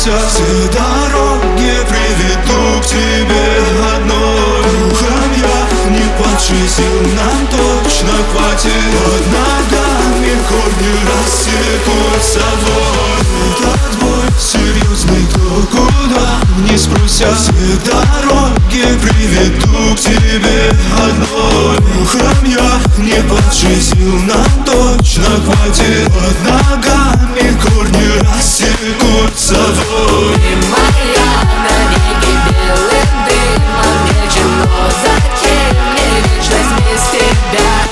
спруся. Все дороги приведут к тебе одной. Духом я не падший, сил нам точно хватит. Под ногами корни рассекут собой. Этот бой серьезный, кто куда не спруся. Все дороги приведут к тебе одной. Духом я не падший, сил нам точно хватит. Под ногами корни рассекут собой. Ты моя, навеки белым дымом вечен, но зачем мне вечность без тебя?